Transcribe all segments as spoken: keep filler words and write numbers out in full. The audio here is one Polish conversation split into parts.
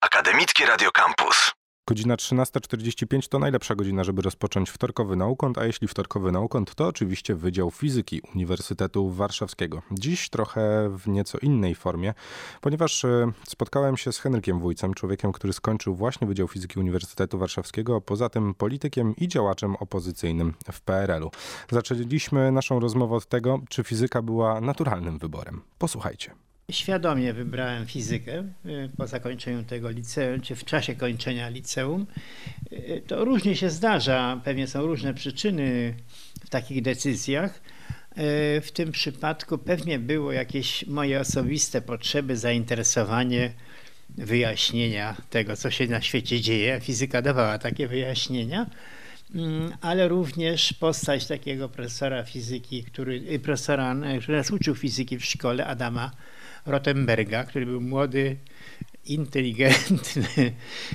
Akademickie Radio Campus. Godzina trzynasta czterdzieści pięć to najlepsza godzina, żeby rozpocząć wtorkowy naukąt, a jeśli wtorkowy naukąt, to oczywiście Wydział Fizyki Uniwersytetu Warszawskiego. Dziś trochę w nieco innej formie, ponieważ spotkałem się z Henrykiem Wójcem, człowiekiem, który skończył właśnie Wydział Fizyki Uniwersytetu Warszawskiego, a poza tym politykiem i działaczem opozycyjnym w P R L-u. Zaczęliśmy naszą rozmowę od tego, czy fizyka była naturalnym wyborem. Posłuchajcie. Świadomie wybrałem fizykę po zakończeniu tego liceum, czy w czasie kończenia liceum. To różnie się zdarza, pewnie są różne przyczyny w takich decyzjach. W tym przypadku pewnie było jakieś moje osobiste potrzeby, zainteresowanie wyjaśnienia tego, co się na świecie dzieje. Fizyka dawała takie wyjaśnienia, ale również postać takiego profesora fizyki, który, profesora, który nas uczył fizyki w szkole, Adama Rothenberga, który był młody, inteligentny,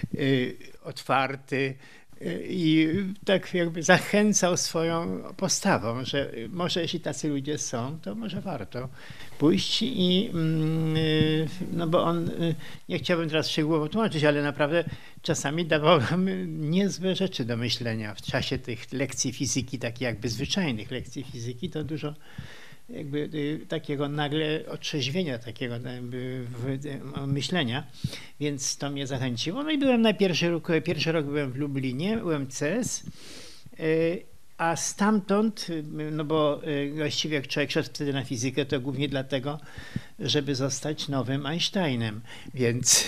otwarty i tak jakby zachęcał swoją postawą, że może jeśli tacy ludzie są, to może warto pójść i no bo on, nie chciałbym teraz szczegółowo tłumaczyć, ale naprawdę czasami dawał nam niezłe rzeczy do myślenia w czasie tych lekcji fizyki, takich jakby zwyczajnych lekcji fizyki, to dużo jakby takiego nagle otrzeźwienia, takiego jakby myślenia, więc to mnie zachęciło. No i byłem na pierwszy rok, pierwszy rok byłem w Lublinie, U M C S, a stamtąd, no bo właściwie jak człowiek szedł wtedy na fizykę, to głównie dlatego, żeby zostać nowym Einsteinem, więc,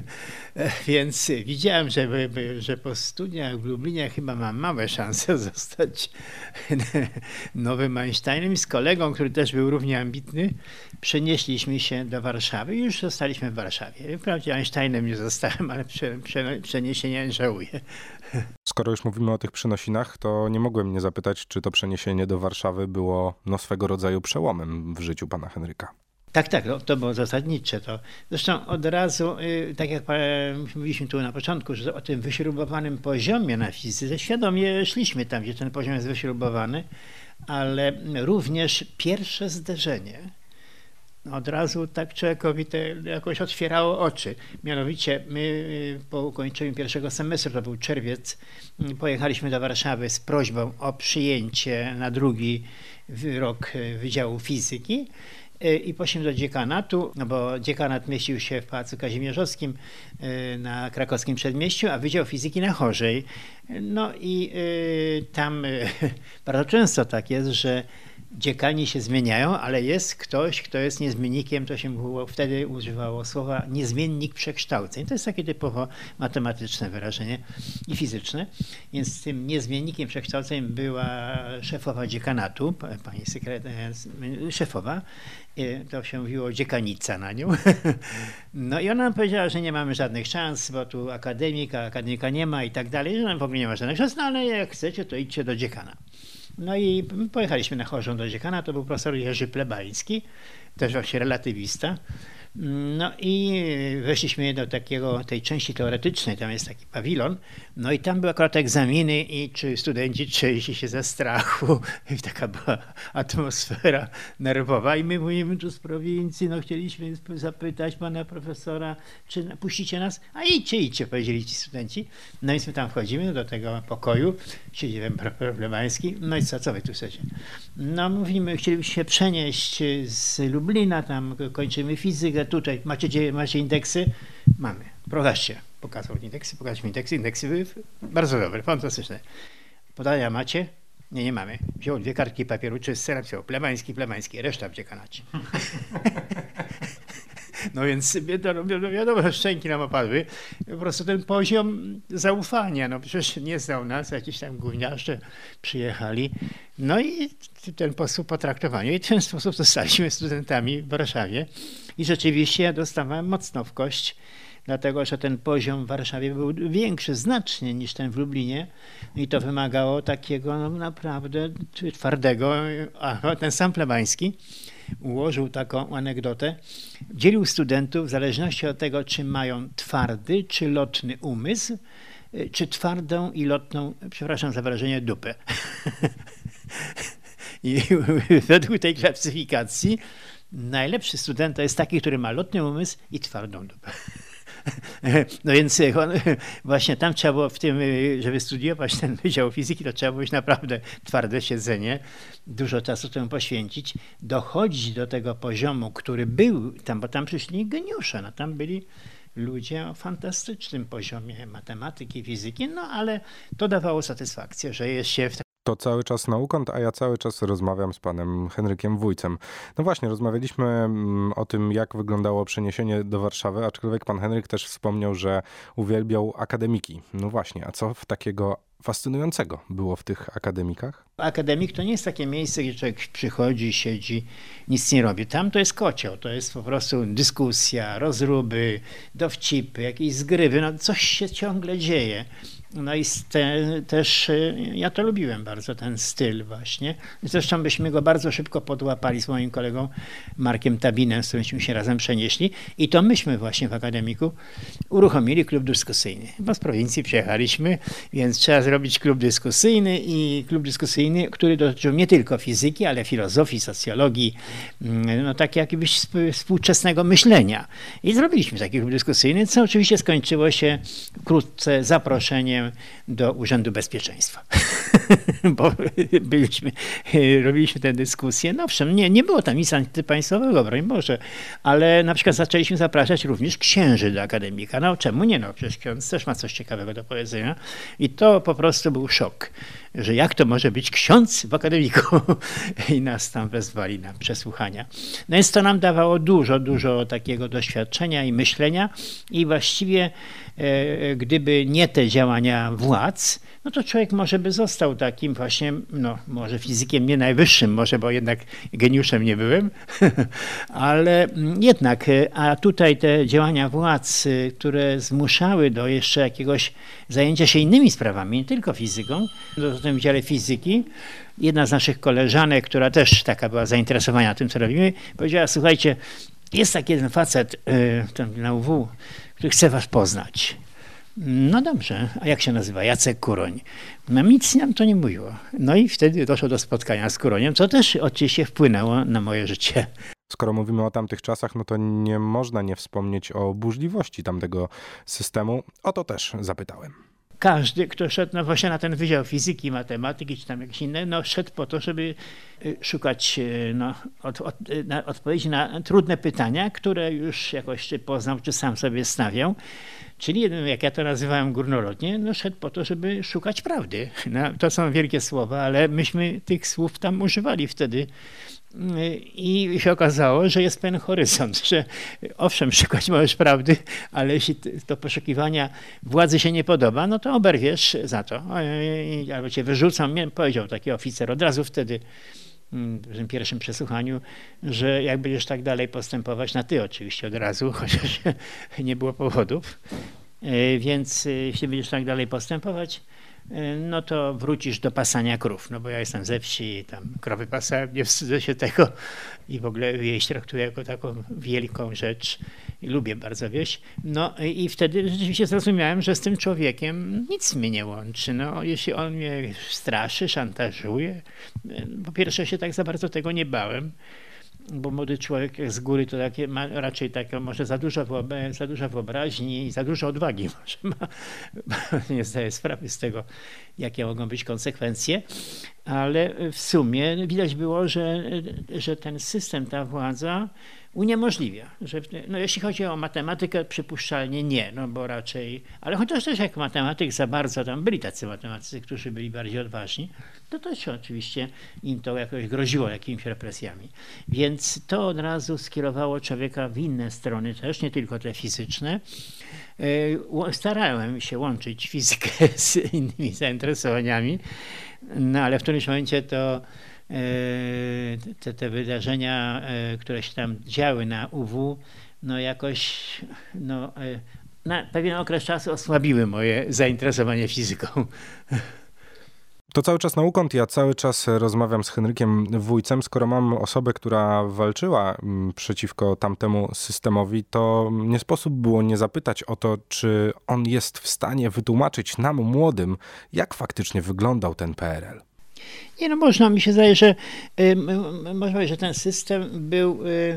więc widziałem, że, że po studiach w Lublinie chyba mam małe szanse zostać nowym Einsteinem i z kolegą, który też był równie ambitny, przenieśliśmy się do Warszawy i już zostaliśmy w Warszawie. Wprawdzie Einsteinem nie zostałem, ale prze, prze, przeniesienia nie żałuję. Skoro już mówimy o tych przenosinach, to nie mogłem nie zapytać, czy to przeniesienie do Warszawy było no, swego rodzaju przełomem w życiu pana Henryka. Tak, tak, no, to było zasadnicze. To. Zresztą od razu, tak jak mówiliśmy tu na początku, że o tym wyśrubowanym poziomie na fizyce, świadomie szliśmy tam, gdzie ten poziom jest wyśrubowany, ale również pierwsze zderzenie od razu tak człowiekowi to jakoś otwierało oczy. Mianowicie my po ukończeniu pierwszego semestru, to był czerwiec, pojechaliśmy do Warszawy z prośbą o przyjęcie na drugi rok Wydziału Fizyki i poszliśmy do dziekanatu, no bo dziekanat mieścił się w Pałacu Kazimierzowskim na krakowskim przedmieściu, a Wydział Fizyki na Chorzej. No i tam bardzo często tak jest, że dziekani się zmieniają, ale jest ktoś, kto jest niezmiennikiem, to się było, wtedy używało słowa niezmiennik przekształceń. To jest takie typowo matematyczne wyrażenie i fizyczne. Więc tym niezmiennikiem przekształceń była szefowa dziekanatu, pani sekretarz, szefowa. To się mówiło dziekanica na nią. No i ona nam powiedziała, że nie mamy żadnych szans, bo tu akademika, akademika nie ma i tak dalej, że nam w ogóle nie ma żadnych szans, no ale jak chcecie, to idźcie do dziekana. No i pojechaliśmy na Chorzą do dziekana, to był profesor Jerzy Plebański, też właśnie relatywista. No i weszliśmy do takiego, tej części teoretycznej, tam jest taki pawilon, no i tam były akurat egzaminy i czy studenci trzęśli się ze strachu i taka była atmosfera nerwowa i my mówimy tu z prowincji, no chcieliśmy zapytać pana profesora, czy puścicie nas, a idźcie, idźcie, powiedzieli ci studenci. No i my tam wchodzimy do tego pokoju, siedzi ten Plebański, no i co, co wy tu chcecie? No mówimy, chcielibyśmy się przenieść z Lublina, tam kończymy fizykę, tutaj macie, macie indeksy? Mamy. Pokażcie. Pokazał indeksy, pokażmy indeksy. Indeksy były bardzo dobre, fantastyczne. Podania macie? Nie, nie mamy. Wziął dwie kartki papieru czyste, napisał Plebański, Plebański, reszta w dziekanacie. No więc no wiadomo, szczęki nam opadły. Po prostu ten poziom zaufania, no przecież nie znał nas, jakieś tam gówniarze przyjechali. No i ten sposób potraktowania. I w ten sposób zostaliśmy studentami w Warszawie. I rzeczywiście ja dostawałem mocno w kość, dlatego że ten poziom w Warszawie był większy znacznie niż ten w Lublinie i to wymagało takiego no, naprawdę twardego, a ten sam Plebański ułożył taką anegdotę, dzielił studentów w zależności od tego, czy mają twardy czy lotny umysł, czy twardą i lotną, przepraszam za wyrażenie, dupę. I według tej klasyfikacji najlepszy student to jest taki, który ma lotny umysł i twardą dupę. No więc on, właśnie tam trzeba było w tym, żeby studiować ten Wydział Fizyki, to trzeba było mieć naprawdę twarde siedzenie, dużo czasu temu poświęcić, dochodzić do tego poziomu, który był tam, bo tam przyszli geniusze, no tam byli ludzie o fantastycznym poziomie matematyki, fizyki, no ale to dawało satysfakcję, że jest się w To cały czas naukąt, a ja cały czas rozmawiam z panem Henrykiem Wójcem. No właśnie, rozmawialiśmy o tym, jak wyglądało przeniesienie do Warszawy, aczkolwiek pan Henryk też wspomniał, że uwielbiał akademiki. No właśnie, a co w takiego fascynującego było w tych akademikach? Akademik to nie jest takie miejsce, gdzie człowiek przychodzi, siedzi, nic nie robi. Tam to jest kocioł, to jest po prostu dyskusja, rozruby, dowcipy, jakieś zgrywy, no coś się ciągle dzieje. No i te, też ja to lubiłem bardzo, ten styl właśnie. Zresztą byśmy go bardzo szybko podłapali z moim kolegą Markiem Tabinem, z którymśmy się razem przenieśli. I to myśmy właśnie w akademiku uruchomili klub dyskusyjny. Bo z prowincji przyjechaliśmy, więc trzeba zrobić klub dyskusyjny i klub dyskusyjny, który dotyczył nie tylko fizyki, ale filozofii, socjologii, no tak jakiegoś współczesnego myślenia. I zrobiliśmy taki klub dyskusyjny, co oczywiście skończyło się wkrótce zaproszeniem do Urzędu Bezpieczeństwa, bo byliśmy, robiliśmy tę dyskusję. No owszem, nie, nie było tam nic antypaństwowego, broń Boże, ale na przykład zaczęliśmy zapraszać również księży do akademika. No czemu nie? No przecież ksiądz też ma coś ciekawego do powiedzenia. I to po prostu był szok, że jak to może być ksiądz w akademiku? I nas tam wezwali na przesłuchania. No więc to nam dawało dużo, dużo takiego doświadczenia i myślenia i właściwie e, gdyby nie te działania władz, no to człowiek może by został takim właśnie, no może fizykiem nie najwyższym, może, bo jednak geniuszem nie byłem, ale jednak, a tutaj te działania władz, które zmuszały do jeszcze jakiegoś zajęcia się innymi sprawami, nie tylko fizyką, w tym Wydziale Fizyki, jedna z naszych koleżanek, która też taka była zainteresowana tym, co robimy, powiedziała, słuchajcie, jest taki jeden facet tam na U W, który chce was poznać. No dobrze, a jak się nazywa? Jacek Kuroń. No nic nam to nie mówiło. No i wtedy doszło do spotkania z Kuroniem, co też oczywiście wpłynęło na moje życie. Skoro mówimy o tamtych czasach, no to nie można nie wspomnieć o burzliwości tamtego systemu. O to też zapytałem. Każdy, kto szedł no właśnie na ten Wydział Fizyki, Matematyki, czy tam jakieś inne, no szedł po to, żeby szukać no, od, od, na, odpowiedzi na trudne pytania, które już jakoś czy poznał, czy sam sobie stawiał. Czyli, jak ja to nazywałem górnolotnie, no szedł po to, żeby szukać prawdy. No, to są wielkie słowa, ale myśmy tych słów tam używali wtedy. I się okazało, że jest pewien horyzont, że owszem, szukać możesz prawdy, ale jeśli to poszukiwania władzy się nie podoba, no to oberwiesz za to. Albo cię wyrzucą. Mnie powiedział taki oficer od razu wtedy w tym pierwszym przesłuchaniu, że jak będziesz tak dalej postępować, na ty oczywiście od razu, chociaż nie było powodów, więc jeśli będziesz tak dalej postępować, no to wrócisz do pasania krów, no bo ja jestem ze wsi, tam krowy pasałem, nie wstydzę się tego i w ogóle wieś traktuję jako taką wielką rzecz i lubię bardzo wieś. No i wtedy rzeczywiście zrozumiałem, że z tym człowiekiem nic mnie nie łączy. No jeśli on mnie straszy, szantażuje, po pierwsze się tak za bardzo tego nie bałem, bo młody człowiek z góry to takie ma raczej taką może za dużo, za dużo wyobraźni i za dużo odwagi może ma. Nie zdaję sprawy z tego, jakie mogą być konsekwencje, ale w sumie widać było, że, że ten system, ta władza uniemożliwia. Że, no jeśli chodzi o matematykę, przypuszczalnie nie, no bo raczej, ale chociaż też jak matematyk za bardzo, tam byli tacy matematycy, którzy byli bardziej odważni, to też oczywiście im to jakoś groziło jakimiś represjami. Więc to od razu skierowało człowieka w inne strony też, nie tylko te fizyczne. Starałem się łączyć fizykę z innymi zainteresowaniami, no ale w którymś momencie to Te, te wydarzenia, które się tam działy na U W, no jakoś no, na pewien okres czasu osłabiły moje zainteresowanie fizyką. To cały czas naukąt, ja cały czas rozmawiam z Henrykiem Wójcem. Skoro mam osobę, która walczyła przeciwko tamtemu systemowi, to nie sposób było nie zapytać o to, czy on jest w stanie wytłumaczyć nam, młodym, jak faktycznie wyglądał ten P R L. Nie, no można, mi się zdaje, że y, można powiedzieć, że ten system był y,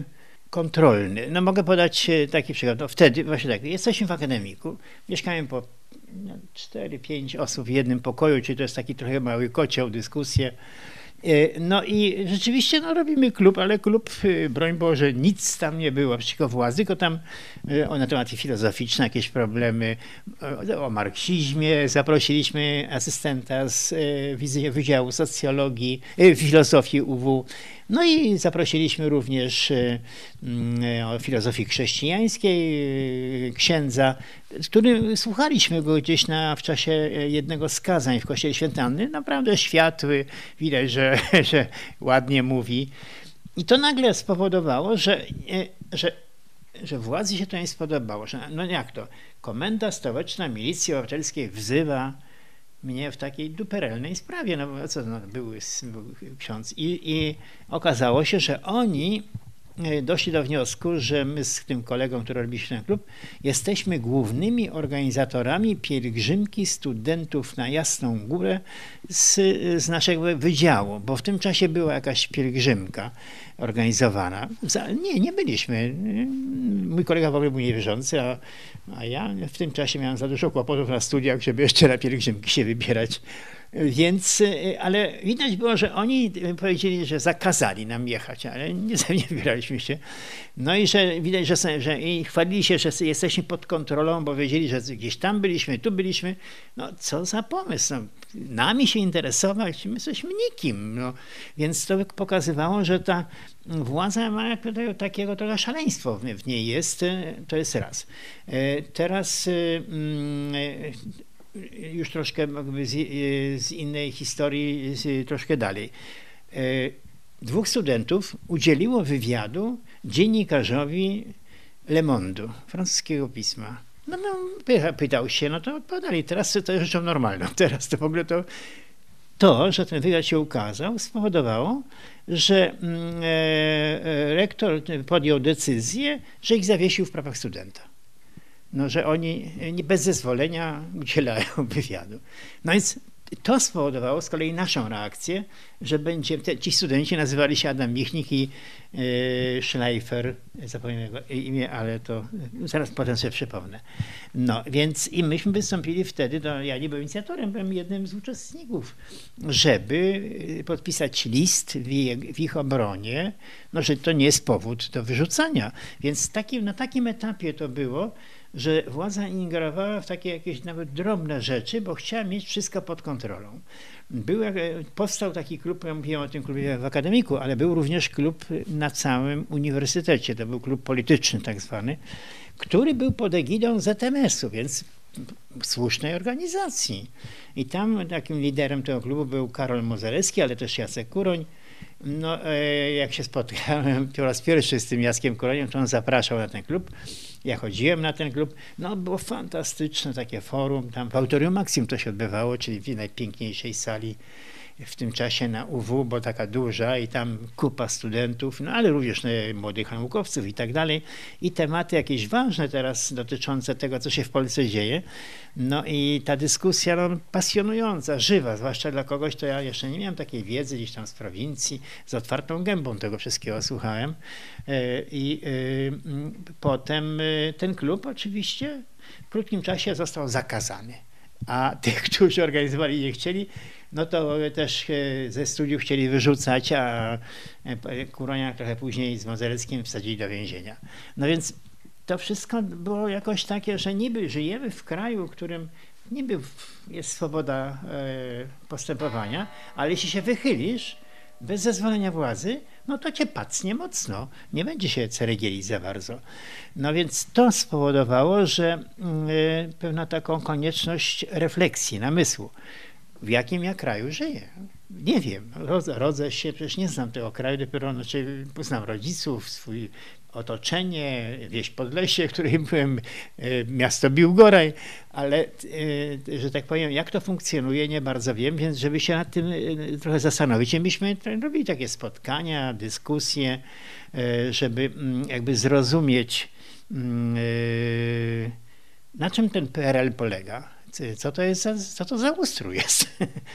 kontrolny. No mogę podać taki przykład. No wtedy, właśnie tak, jesteśmy w akademiku, mieszkamy po cztery pięć osób w jednym pokoju, czyli to jest taki trochę mały kocioł, dyskusje. No i rzeczywiście no, robimy klub, ale klub, broń Boże, nic tam nie było przeciwko władzy, tylko tam o, na tematy filozoficzne, jakieś problemy o, o marksizmie. Zaprosiliśmy asystenta z Wydziału Socjologii, Filozofii U W. No i zaprosiliśmy również o filozofii chrześcijańskiej księdza, który słuchaliśmy go gdzieś na, w czasie jednego z kazań w Kościele Świętej Anny. Naprawdę światły, widać, że, że ładnie mówi. I to nagle spowodowało, że, że, że władzy się to nie spodobało. Że, no jak to? Komenda Stołeczna Milicji Obywatelskiej wzywa mnie w takiej duperelnej sprawie, no bo co, no, był, był ksiądz i, i okazało się, że oni doszli do wniosku, że my z tym kolegą, który robiliśmy ten klub, jesteśmy głównymi organizatorami pielgrzymki studentów na Jasną Górę z, z naszego wydziału, bo w tym czasie była jakaś pielgrzymka organizowana. Nie, nie byliśmy. Mój kolega w ogóle był niewierzący, a, a ja w tym czasie miałem za dużo kłopotów na studiach, żeby jeszcze na pielgrzymki się wybierać. Więc, ale widać było, że oni powiedzieli, że zakazali nam jechać, ale nie, nie wybieraliśmy się. No i że widać, że, że i chwalili się, że jesteśmy pod kontrolą, bo wiedzieli, że gdzieś tam byliśmy, tu byliśmy. No co za pomysł, no, nami się interesować, my jesteśmy nikim. No. Więc to pokazywało, że ta władza ma jakby takiego trochę szaleństwo w niej jest, to jest raz. Teraz już troszkę z, z innej historii, z, troszkę dalej. Dwóch studentów udzieliło wywiadu dziennikarzowi Le Monde'u, francuskiego pisma. No, no pytał się, no to odpowiadali, teraz to jest rzeczą normalną. Teraz to w ogóle to, to, że ten wywiad się ukazał, spowodowało, że e, rektor podjął decyzję, że ich zawiesił w prawach studenta. No, że oni bez zezwolenia udzielają wywiadu. No więc to spowodowało z kolei naszą reakcję, że będzie, te, ci studenci nazywali się Adam Michnik i y, Schleifer, zapomniałem jego imię, ale to zaraz potem sobie przypomnę. No więc i myśmy wystąpili wtedy, no, ja nie byłem inicjatorem, byłem jednym z uczestników, żeby podpisać list w ich, w ich obronie, no, że to nie jest powód do wyrzucania. Więc taki, na takim etapie to było, że władza ingerowała w takie jakieś nawet drobne rzeczy, bo chciała mieć wszystko pod kontrolą. Był, powstał taki klub, ja mówiłem o tym klubie w akademiku, ale był również klub na całym uniwersytecie, to był klub polityczny tak zwany, który był pod egidą Z M S-u, więc słusznej organizacji. I tam takim liderem tego klubu był Karol Modzelewski, ale też Jacek Kuroń. No, jak się spotkałem po raz pierwszy z tym Jackiem Kuroniem, to on zapraszał na ten klub. Ja chodziłem na ten klub, no było fantastyczne takie forum, tam w Auditorium Maxim to się odbywało, czyli w najpiękniejszej sali w tym czasie na U W, bo taka duża i tam kupa studentów, no ale również młodych naukowców i tak dalej. I tematy jakieś ważne teraz dotyczące tego, co się w Polsce dzieje. No i ta dyskusja no, pasjonująca, żywa, zwłaszcza dla kogoś, to ja jeszcze nie miałem takiej wiedzy gdzieś tam z prowincji, z otwartą gębą tego wszystkiego słuchałem. I potem ten klub oczywiście w krótkim czasie został zakazany. A tych, którzy organizowali i nie chcieli, no to też ze studiów chcieli wyrzucać, a Kuronia trochę później z Modzeleckim wsadzili do więzienia. No więc to wszystko było jakoś takie, że niby żyjemy w kraju, w którym niby jest swoboda postępowania, ale jeśli się wychylisz bez zezwolenia władzy, no to cię pacnie mocno, nie będzie się ceregieli za bardzo. No więc to spowodowało, że y, pewna taką konieczność refleksji, namysłu. W jakim ja kraju żyję? Nie wiem. Rodzę, rodzę się, przecież nie znam tego kraju, dopiero znaczy, poznam rodziców, swój otoczenie, wieś Podlesie, w której byłem, miasto Biłgoraj, ale, że tak powiem, jak to funkcjonuje, nie bardzo wiem, więc żeby się nad tym trochę zastanowić. I myśmy robili takie spotkania, dyskusje, żeby jakby zrozumieć na czym ten P R L polega? Co to jest za, co to za ustrój jest?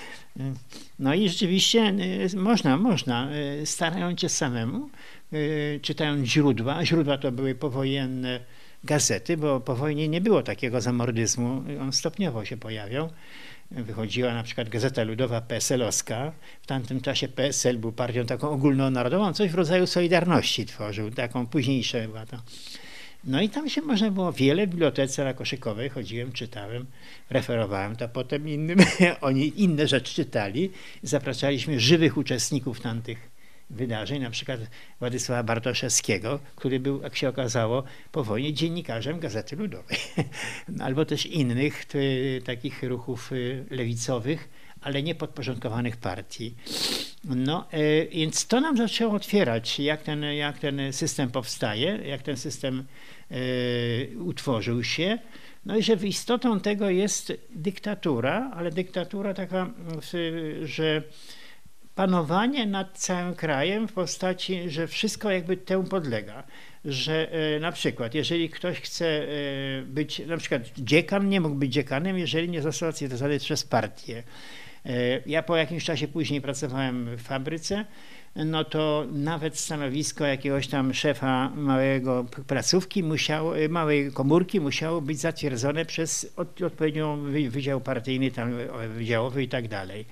No i rzeczywiście można, można, starając się samemu, czytając źródła. Źródła to były powojenne gazety, bo po wojnie nie było takiego zamordyzmu, on stopniowo się pojawiał. Wychodziła na przykład Gazeta Ludowa P S L-owska. W tamtym czasie P S L był partią taką ogólnonarodową, coś w rodzaju Solidarności tworzył, taką późniejszą była to. No i tam się można było wiele w bibliotece na Koszykowej, chodziłem, czytałem, referowałem to potem innym, oni inne rzeczy czytali. Zapraszaliśmy żywych uczestników tamtych wydarzeń, na przykład Władysława Bartoszewskiego, który był, jak się okazało, po wojnie dziennikarzem Gazety Ludowej. Albo też innych ty, takich ruchów lewicowych, ale nie podporządkowanych partii. No, y, więc to nam zaczęło otwierać, jak ten, jak ten system powstaje, jak ten system y, utworzył się. No i że istotą tego jest dyktatura, ale dyktatura taka, że panowanie nad całym krajem w postaci, że wszystko jakby temu podlega. Że y, na przykład, jeżeli ktoś chce y, być, na przykład dziekan nie mógł być dziekanem, jeżeli nie został zacytowany przez partię. Ja po jakimś czasie później pracowałem w fabryce, no to nawet stanowisko jakiegoś tam szefa małego placówki, musiało, małej komórki musiało być zatwierdzone przez odpowiednią wydział partyjny, tam wydziałowy i tak dalej.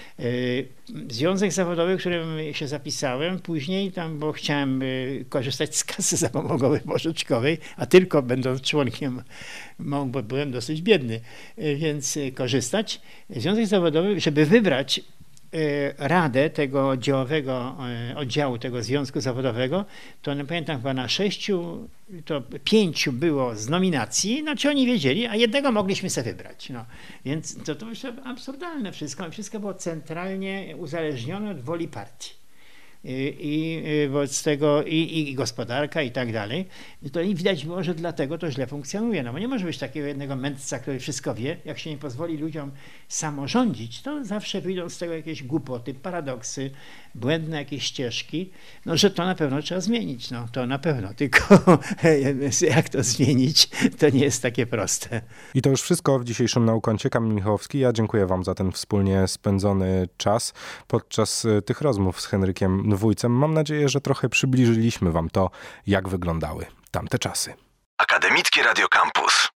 Związek zawodowy, w którym się zapisałem później, tam, bo chciałem korzystać z kasy zapomogowej pożyczkowej, a tylko będąc członkiem, bo byłem dosyć biedny, więc korzystać. Związek zawodowy, żeby wybrać radę tego oddziałowego, oddziału tego związku zawodowego, to nie pamiętam, chyba na sześciu, to pięciu było z nominacji, znaczy oni wiedzieli, a jednego mogliśmy sobie wybrać. No. Więc to, to już absurdalne wszystko, wszystko było centralnie uzależnione od woli partii. I, i wobec tego i, i gospodarka i tak dalej, to i widać było, że dlatego to źle funkcjonuje. No bo nie może być takiego jednego mędrca, który wszystko wie. Jak się nie pozwoli ludziom samorządzić, to zawsze wyjdą z tego jakieś głupoty, paradoksy, błędne jakieś ścieżki. No, że to na pewno trzeba zmienić. No, to na pewno. Tylko jak to zmienić, to nie jest takie proste. I to już wszystko w dzisiejszym Naukącie. Kamil Michałowski, ja dziękuję wam za ten wspólnie spędzony czas podczas tych rozmów z Henrykiem Wójcem. Mam nadzieję, że trochę przybliżyliśmy wam to, jak wyglądały tamte czasy. Akademickie Radio Campus.